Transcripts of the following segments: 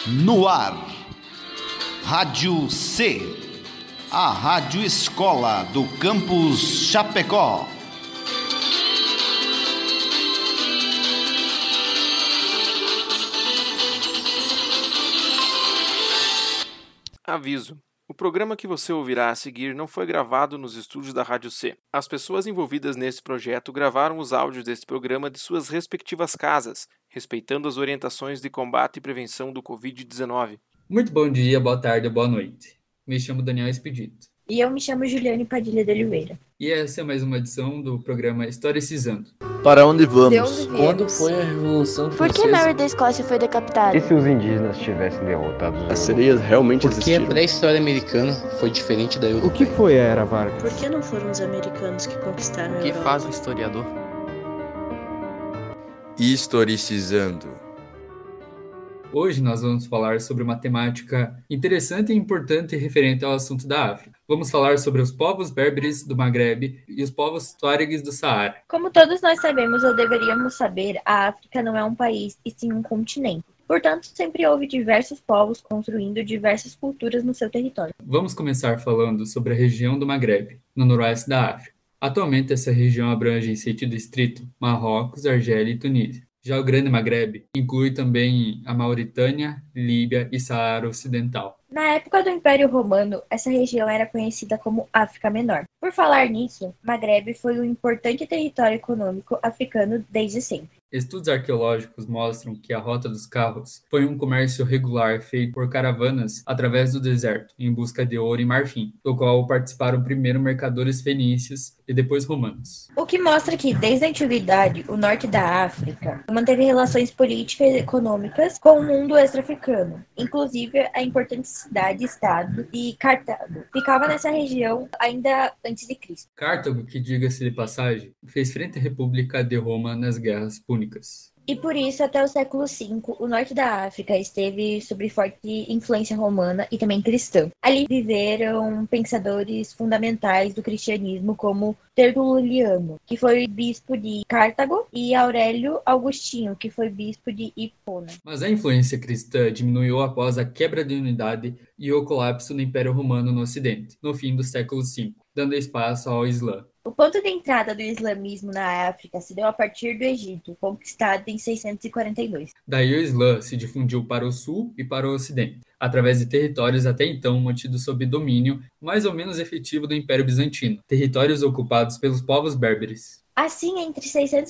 No ar, Rádio C, a Rádio Escola do Campus Chapecó. Aviso: o programa que você ouvirá a seguir não foi gravado nos estúdios da Rádio C. As pessoas envolvidas nesse projeto gravaram os áudios deste programa de suas respectivas casas, respeitando as orientações de combate e prevenção do Covid-19. Muito bom dia, boa tarde ou boa noite. Me chamo Daniel Expedito. E eu me chamo Juliane Padilha de Oliveira. E essa é mais uma edição do programa Historicizando. Para onde vamos? De onde viemos? Quando foi a Revolução Por que Francesa? Mary da Escócia foi decapitada? E se os indígenas tivessem derrotado As sereias realmente Por que a existiram? pré-história americana foi diferente da europeia? O que foi a Era Vargas? Por que não foram os americanos que conquistaram a O que Europa? faz um historiador? Historicizando. Hoje nós vamos falar sobre uma temática interessante e importante referente ao assunto da África. Vamos falar sobre os povos berberes do Maghreb e os povos tuaregues do Saara. Como todos nós sabemos ou deveríamos saber, a África não é um país, e sim um continente. Portanto, sempre houve diversos povos construindo diversas culturas no seu território. Vamos começar falando sobre a região do Maghreb, no noroeste da África. Atualmente essa região abrange em sentido estrito Marrocos, Argélia e Tunísia. Já o Grande Maghreb inclui também a Mauritânia, Líbia e Saara Ocidental. Na época do Império Romano, essa região era conhecida como África Menor. Por falar nisso, Maghreb foi um importante território econômico africano desde sempre. Estudos arqueológicos mostram que a Rota dos Carros foi um comércio regular feito por caravanas através do deserto, em busca de ouro e marfim, do qual participaram primeiro mercadores fenícios e depois romanos. O que mostra que, desde a antiguidade, o norte da África manteve relações políticas e econômicas com o mundo extra-africano. Inclusive, a importante cidade-estado de Cartago ficava nessa região ainda antes de Cristo. Cartago, que diga-se de passagem, fez frente à República de Roma nas guerras púnicas. E por isso, até o século V, o norte da África esteve sob forte influência romana e também cristã. Ali viveram pensadores fundamentais do cristianismo como Tertuliano, que foi bispo de Cartago, e Aurélio Augustinho, que foi bispo de Hipona. Mas a influência cristã diminuiu após a quebra de unidade e o colapso do Império Romano no Ocidente, no fim do século V, dando espaço ao Islã. O ponto de entrada do islamismo na África se deu a partir do Egito, conquistado em 642. Daí o Islã se difundiu para o sul e para o ocidente, através de territórios até então mantidos sob domínio mais ou menos efetivo do Império Bizantino, territórios ocupados pelos povos berberes. Assim, entre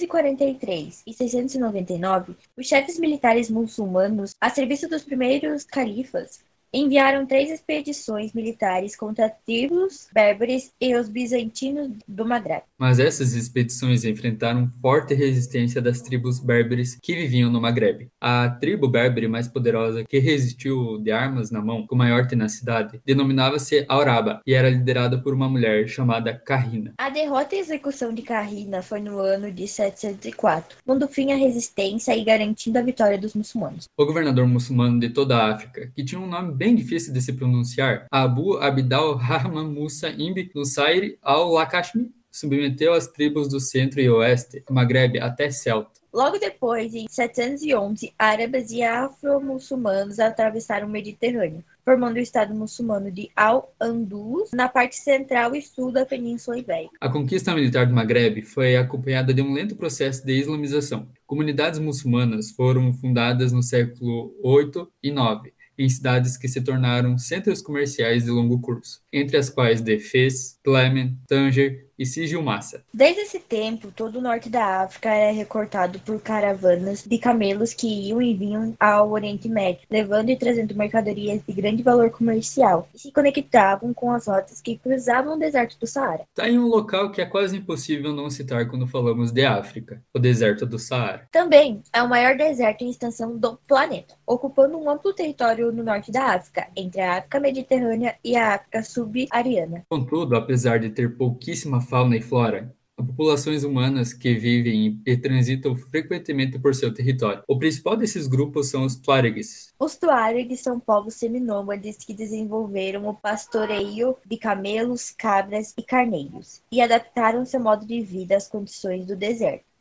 643 e 699, os chefes militares muçulmanos, a serviço dos primeiros califas, enviaram 3 expedições militares contra tribos berberes e os bizantinos do Maghreb. Mas essas expedições enfrentaram forte resistência das tribos berberes que viviam no Maghreb. A tribo berbere mais poderosa que resistiu de armas na mão com maior tenacidade denominava-se Auraba e era liderada por uma mulher chamada Kahina. A derrota e execução de Kahina foi no ano de 704, pondo fim à resistência e garantindo a vitória dos muçulmanos. O governador muçulmano de toda a África, que tinha um nome bem difícil de se pronunciar, Abu Abdal Rahman Musa Ibn Nusayr al-Lakashmi, submeteu as tribos do centro e oeste do Maghreb até Celta. Logo depois, em 711, árabes e afro-muçulmanos atravessaram o Mediterrâneo, formando o Estado muçulmano de Al-Andalus na parte central e sul da Península Ibérica. A conquista militar do Maghreb foi acompanhada de um lento processo de islamização. Comunidades muçulmanas foram fundadas no século VIII e IX, em cidades que se tornaram centros comerciais de longo curso, entre as quais de Fez, Clement, Tanger e Sigi Massa. Desde esse tempo, todo o norte da África era recortado por caravanas de camelos que iam e vinham ao Oriente Médio, levando e trazendo mercadorias de grande valor comercial, e se conectavam com as rotas que cruzavam o deserto do Saara. Está em um local que é quase impossível não citar quando falamos de África, o deserto do Saara. Também é o maior deserto em extensão do planeta, ocupando um amplo território no norte da África, entre a África Mediterrânea e a África subsaariana. Contudo, apesar de ter pouquíssima fauna e flora, há populações humanas que vivem e transitam frequentemente por seu território. O principal desses grupos são os tuaregues. Os tuaregues são povos seminômades que desenvolveram o pastoreio de camelos, cabras e carneiros, e adaptaram seu modo de vida às condições do deserto.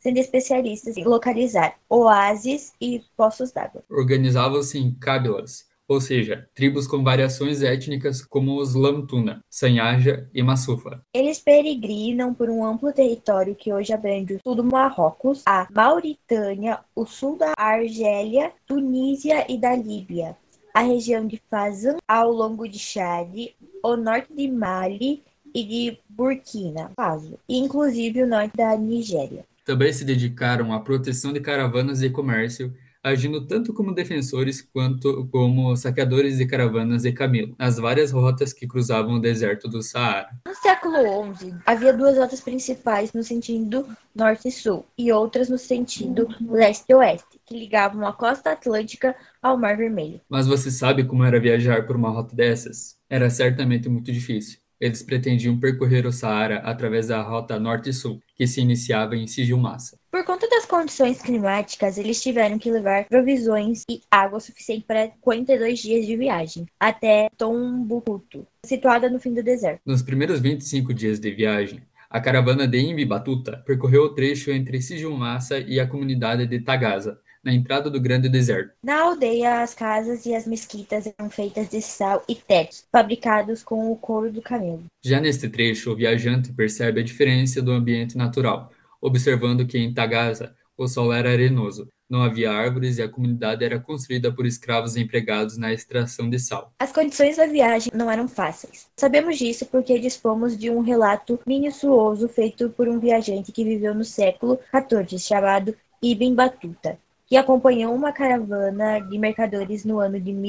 sendo especialistas em localizar oásis e poços d'água. Organizavam-se em cábilas, ou seja, tribos com variações étnicas como os Lamtuna, Sanhaja e Massufa. Eles peregrinam por um amplo território que hoje abrange o sul do Marrocos, a Mauritânia, o sul da Argélia, Tunísia e da Líbia, a região de Fezzan, ao longo de Chad, o norte de Mali e de Burkina Faso, e inclusive o norte da Nigéria. Também se dedicaram à proteção de caravanas de comércio, agindo tanto como defensores quanto como saqueadores de caravanas de camelo, nas várias rotas que cruzavam o deserto do Saara. No século XI, havia duas rotas principais no sentido norte e sul, e outras no sentido leste e oeste, que ligavam a costa atlântica ao Mar Vermelho. Mas você sabe como era viajar por uma rota dessas? Era certamente muito difícil. Eles pretendiam percorrer o Saara através da rota norte e sul, que se iniciava em Sidi Massa. Por conta das condições climáticas, eles tiveram que levar provisões e água suficiente para 52 dias de viagem, até Tombouctou, situada no fim do deserto. Nos primeiros 25 dias de viagem, a caravana de Imbi Batuta percorreu o trecho entre Sidi Massa e a comunidade de Tagaza, na entrada do Grande Deserto. Na aldeia, as casas e as mesquitas eram feitas de sal e tetos, fabricados com o couro do camelo. Já neste trecho, o viajante percebe a diferença do ambiente natural, observando que em Tagaza o solo era arenoso, não havia árvores e a comunidade era construída por escravos empregados na extração de sal. As condições da viagem não eram fáceis. Sabemos disso porque dispomos de um relato minucioso feito por um viajante que viveu no século XIV, chamado Ibn Batuta, que acompanhou uma caravana de mercadores no ano de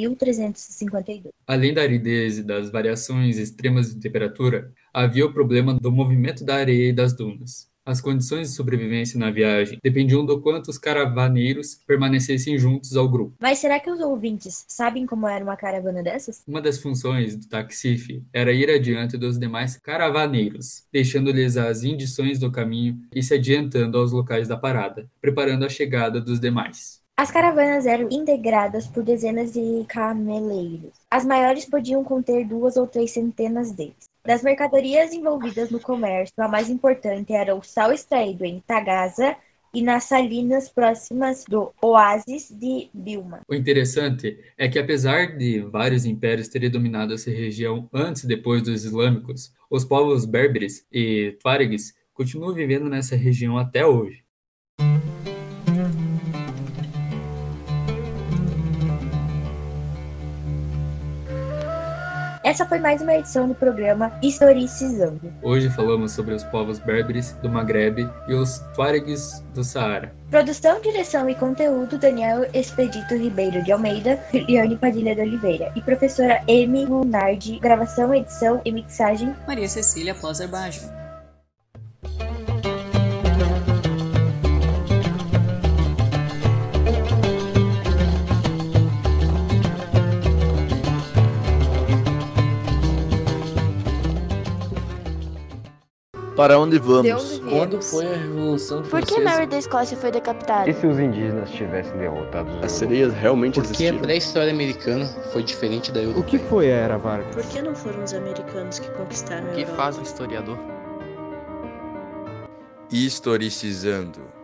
1352. Além da aridez e das variações extremas de temperatura, havia o problema do movimento da areia e das dunas. As condições de sobrevivência na viagem dependiam do quanto os caravaneiros permanecessem juntos ao grupo. Mas será que os ouvintes sabem como era uma caravana dessas? Uma das funções do taxife era ir adiante dos demais caravaneiros, deixando-lhes as indições do caminho e se adiantando aos locais da parada, preparando a chegada dos demais. As caravanas eram integradas por dezenas de cameleiros. As maiores podiam conter 2 ou 3 centenas deles. Das mercadorias envolvidas no comércio, a mais importante era o sal extraído em Tagaza e nas salinas próximas do oásis de Bilma. O interessante é que, apesar de vários impérios terem dominado essa região antes e depois dos islâmicos, os povos berberes e tuaregues continuam vivendo nessa região até hoje. Essa foi mais uma edição do programa Historicizando. Hoje falamos sobre os povos berberes do Maghreb e os tuaregues do Saara. Produção, direção e conteúdo, Daniel Expedito Ribeiro de Almeida, Liane Padilha de Oliveira e professora Emi Lunardi. Gravação, edição e mixagem, Maria Cecília Poser Baggio. Para onde vamos? De onde Quando foi a Revolução Por Francesa? que Mary da Escócia foi decapitada? E se os indígenas tivessem derrotado os As europeus? sereias realmente Porque a existiram? pré-história americana foi diferente da O europeia. que foi a Era Vargas? Por que não foram os americanos que conquistaram a O que Europa? faz um historiador? Historicizando.